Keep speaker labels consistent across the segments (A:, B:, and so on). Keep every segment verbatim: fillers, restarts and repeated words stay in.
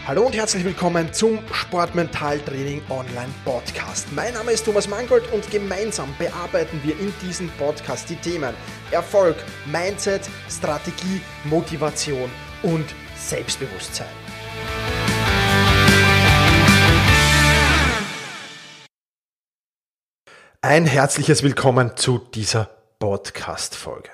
A: Hallo und herzlich willkommen zum Sportmental-Training Online Podcast. Mein Name ist Thomas Mangold und gemeinsam bearbeiten wir in diesem Podcast die Themen Erfolg, Mindset, Strategie, Motivation und Selbstbewusstsein. Ein herzliches Willkommen zu dieser Podcast-Folge.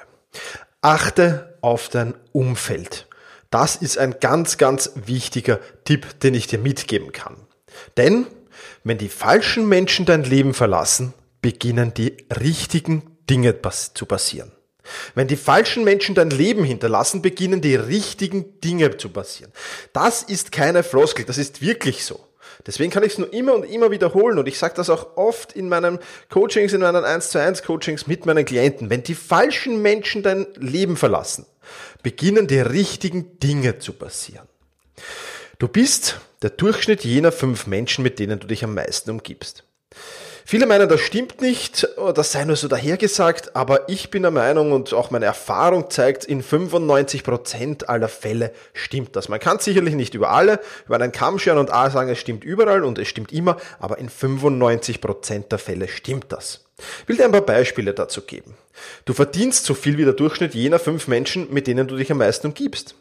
A: Achte auf dein Umfeld. Das ist ein ganz, ganz wichtiger Tipp, den ich dir mitgeben kann. Denn wenn die falschen Menschen dein Leben verlassen, beginnen die richtigen Dinge zu passieren. Wenn die falschen Menschen dein Leben hinterlassen, beginnen die richtigen Dinge zu passieren. Das ist keine Floskel, das ist wirklich so. Deswegen kann ich es nur immer und immer wiederholen und ich sage das auch oft in meinen Coachings, in meinen eins zu eins Coachings mit meinen Klienten. Wenn die falschen Menschen dein Leben verlassen, beginnen die richtigen Dinge zu passieren. Du bist der Durchschnitt jener fünf Menschen, mit denen du dich am meisten umgibst. Viele meinen, das stimmt nicht, das sei nur so dahergesagt, aber ich bin der Meinung und auch meine Erfahrung zeigt, in fünfundneunzig Prozent aller Fälle stimmt das. Man kann sicherlich nicht über alle, über einen Kamm scheren und A sagen, es stimmt überall und es stimmt immer, aber in fünfundneunzig Prozent der Fälle stimmt das. Ich will dir ein paar Beispiele dazu geben. Du verdienst so viel wie der Durchschnitt jener fünf Menschen, mit denen du dich am meisten umgibst.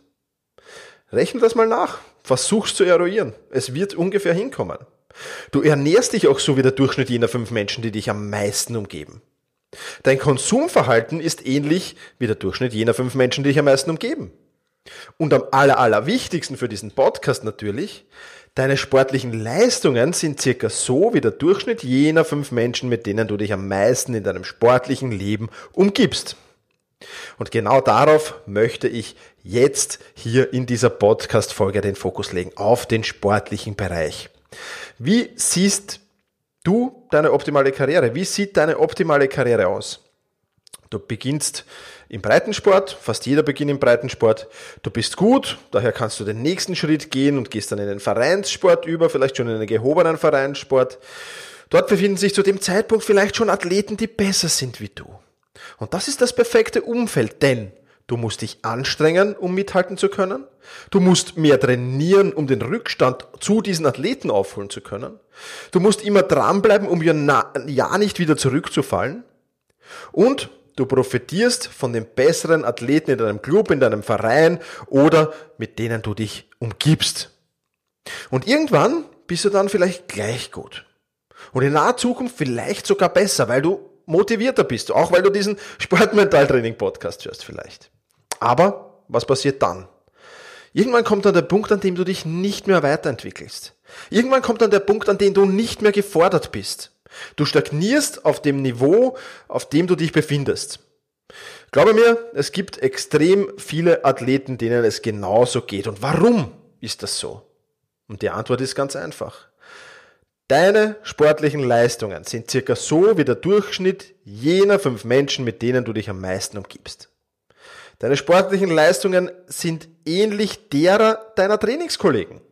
A: Rechne das mal nach, versuch's zu eruieren. Es wird ungefähr hinkommen. Du ernährst dich auch so wie der Durchschnitt jener fünf Menschen, die dich am meisten umgeben. Dein Konsumverhalten ist ähnlich wie der Durchschnitt jener fünf Menschen, die dich am meisten umgeben. Und am aller, allerwichtigsten für diesen Podcast natürlich, deine sportlichen Leistungen sind circa so wie der Durchschnitt jener fünf Menschen, mit denen du dich am meisten in deinem sportlichen Leben umgibst. Und genau darauf möchte ich jetzt hier in dieser Podcast-Folge den Fokus legen, auf den sportlichen Bereich. Wie siehst du deine optimale Karriere? Wie sieht deine optimale Karriere aus? Du beginnst im Breitensport, fast jeder beginnt im Breitensport. Du bist gut, daher kannst du den nächsten Schritt gehen und gehst dann in den Vereinssport über, vielleicht schon in einen gehobenen Vereinssport. Dort befinden sich zu dem Zeitpunkt vielleicht schon Athleten, die besser sind wie du. Und das ist das perfekte Umfeld, denn du musst dich anstrengen, um mithalten zu können. Du musst mehr trainieren, um den Rückstand zu diesen Athleten aufholen zu können. Du musst immer dranbleiben, um ja nicht wieder zurückzufallen. Und du profitierst von den besseren Athleten in deinem Club, in deinem Verein oder mit denen du dich umgibst. Und irgendwann bist du dann vielleicht gleich gut. Und in naher Zukunft vielleicht sogar besser, weil du motivierter bist, auch weil du diesen Sportmental-Training-Podcast hörst vielleicht. Aber was passiert dann? Irgendwann kommt dann der Punkt, an dem du dich nicht mehr weiterentwickelst. Irgendwann kommt dann der Punkt, an dem du nicht mehr gefordert bist. Du stagnierst auf dem Niveau, auf dem du dich befindest. Glaube mir, es gibt extrem viele Athleten, denen es genauso geht. Und warum ist das so? Und die Antwort ist ganz einfach. Deine sportlichen Leistungen sind circa so wie der Durchschnitt jener fünf Menschen, mit denen du dich am meisten umgibst. Deine sportlichen Leistungen sind ähnlich derer deiner Trainingskollegen.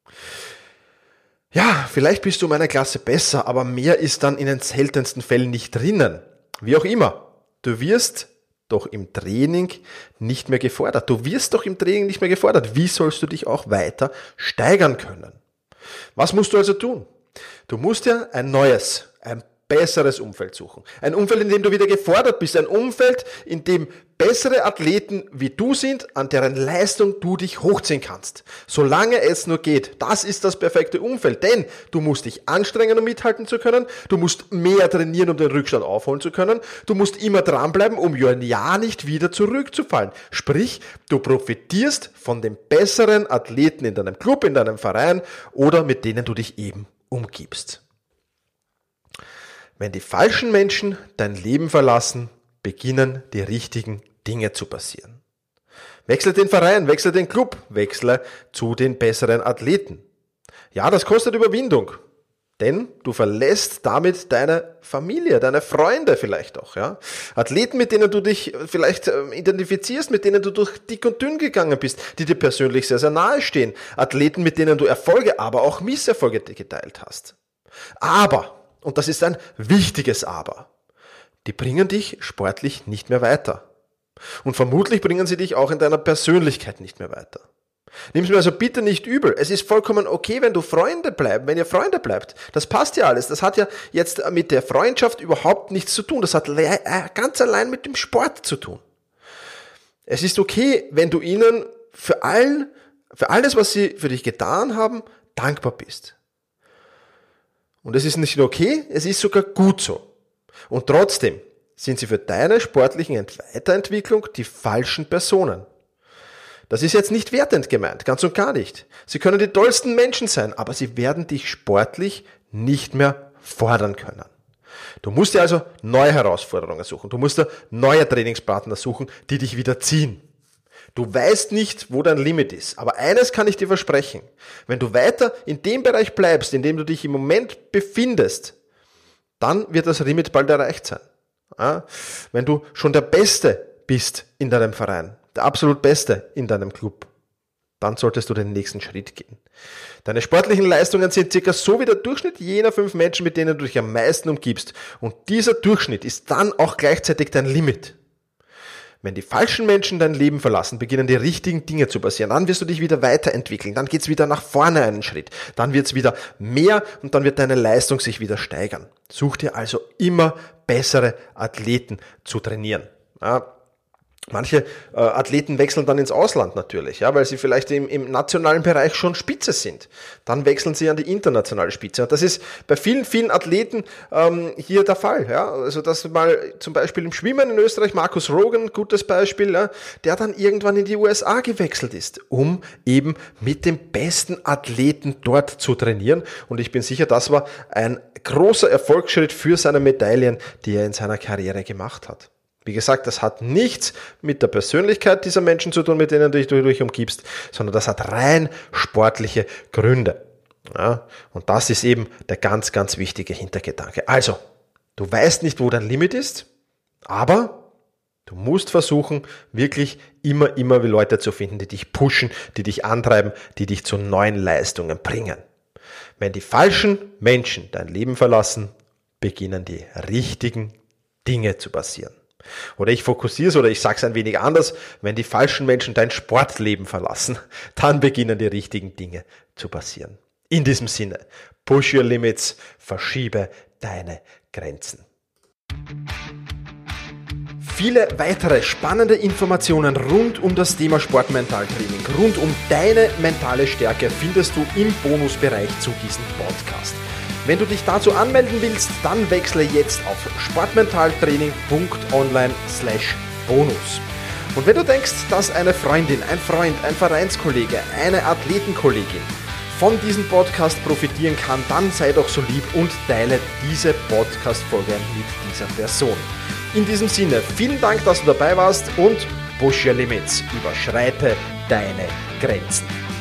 A: Ja, vielleicht bist du um eine Klasse besser, aber mehr ist dann in den seltensten Fällen nicht drinnen. Wie auch immer, du wirst doch im Training nicht mehr gefordert. Du wirst doch im Training nicht mehr gefordert. Wie sollst du dich auch weiter steigern können? Was musst du also tun? Du musst ja ein neues, ein besseres Umfeld suchen. Ein Umfeld, in dem du wieder gefordert bist. Ein Umfeld, in dem bessere Athleten wie du sind, an deren Leistung du dich hochziehen kannst. Solange es nur geht. Das ist das perfekte Umfeld. Denn du musst dich anstrengen, um mithalten zu können. Du musst mehr trainieren, um den Rückstand aufholen zu können. Du musst immer dranbleiben, um ja nicht wieder zurückzufallen. Sprich, du profitierst von den besseren Athleten in deinem Club, in deinem Verein oder mit denen du dich eben umgibst. Wenn die falschen Menschen dein Leben verlassen, beginnen die richtigen Dinge zu passieren. Wechsle den Verein, wechsle den Club, wechsle zu den besseren Athleten. Ja, das kostet Überwindung, denn du verlässt damit deine Familie, deine Freunde vielleicht auch. Ja? Athleten, mit denen du dich vielleicht identifizierst, mit denen du durch dick und dünn gegangen bist, die dir persönlich sehr, sehr nahe stehen. Athleten, mit denen du Erfolge, aber auch Misserfolge geteilt hast. Aber, und das ist ein wichtiges Aber, die bringen dich sportlich nicht mehr weiter. Und vermutlich bringen sie dich auch in deiner Persönlichkeit nicht mehr weiter. Nimm es mir also bitte nicht übel. Es ist vollkommen okay, wenn du Freunde bleiben, wenn ihr Freunde bleibt. Das passt ja alles. Das hat ja jetzt mit der Freundschaft überhaupt nichts zu tun. Das hat ganz allein mit dem Sport zu tun. Es ist okay, wenn du ihnen für all, für alles, was sie für dich getan haben, dankbar bist. Und es ist nicht nur okay, es ist sogar gut so. Und trotzdem sind sie für deine sportliche Weiterentwicklung die falschen Personen. Das ist jetzt nicht wertend gemeint, ganz und gar nicht. Sie können die tollsten Menschen sein, aber sie werden dich sportlich nicht mehr fordern können. Du musst dir also neue Herausforderungen suchen. Du musst dir neue Trainingspartner suchen, die dich wieder ziehen. Du weißt nicht, wo dein Limit ist, aber eines kann ich dir versprechen. Wenn du weiter in dem Bereich bleibst, in dem du dich im Moment befindest, dann wird das Limit bald erreicht sein. Ja? Wenn du schon der Beste bist in deinem Verein, der absolut Beste in deinem Club, dann solltest du den nächsten Schritt gehen. Deine sportlichen Leistungen sind circa so wie der Durchschnitt jener fünf Menschen, mit denen du dich am meisten umgibst. Und dieser Durchschnitt ist dann auch gleichzeitig dein Limit. Wenn die falschen Menschen dein Leben verlassen, beginnen die richtigen Dinge zu passieren. Dann wirst du dich wieder weiterentwickeln. Dann geht's wieder nach vorne einen Schritt. Dann wird's wieder mehr und dann wird deine Leistung sich wieder steigern. Such dir also immer bessere Athleten zu trainieren. Ja. Manche äh, Athleten wechseln dann ins Ausland natürlich, ja, weil sie vielleicht im, im nationalen Bereich schon Spitze sind. Dann wechseln sie an die internationale Spitze. Und das ist bei vielen, vielen Athleten ähm, hier der Fall. Ja. Also das mal zum Beispiel im Schwimmen in Österreich, Markus Rogan, gutes Beispiel, ja, der dann irgendwann in die U S A gewechselt ist, um eben mit den besten Athleten dort zu trainieren. Und ich bin sicher, das war ein großer Erfolgsschritt für seine Medaillen, die er in seiner Karriere gemacht hat. Wie gesagt, das hat nichts mit der Persönlichkeit dieser Menschen zu tun, mit denen du dich durch umgibst, sondern das hat rein sportliche Gründe. Ja, und das ist eben der ganz, ganz wichtige Hintergedanke. Also, du weißt nicht, wo dein Limit ist, aber du musst versuchen, wirklich immer, immer wie Leute zu finden, die dich pushen, die dich antreiben, die dich zu neuen Leistungen bringen. Wenn die falschen Menschen dein Leben verlassen, beginnen die richtigen Dinge zu passieren. Oder ich fokussiere es oder ich sage es ein wenig anders, wenn die falschen Menschen dein Sportleben verlassen, dann beginnen die richtigen Dinge zu passieren. In diesem Sinne, push your limits, verschiebe deine Grenzen. Viele weitere spannende Informationen rund um das Thema Sportmentaltraining, rund um deine mentale Stärke findest du im Bonusbereich zu diesem Podcast. Wenn du dich dazu anmelden willst, dann wechsle jetzt auf sportmentaltraining punkt online slash bonus. Und wenn du denkst, dass eine Freundin, ein Freund, ein Vereinskollege, eine Athletenkollegin von diesem Podcast profitieren kann, dann sei doch so lieb und teile diese Podcast-Folge mit dieser Person. In diesem Sinne, vielen Dank, dass du dabei warst und push your limits, überschreite deine Grenzen.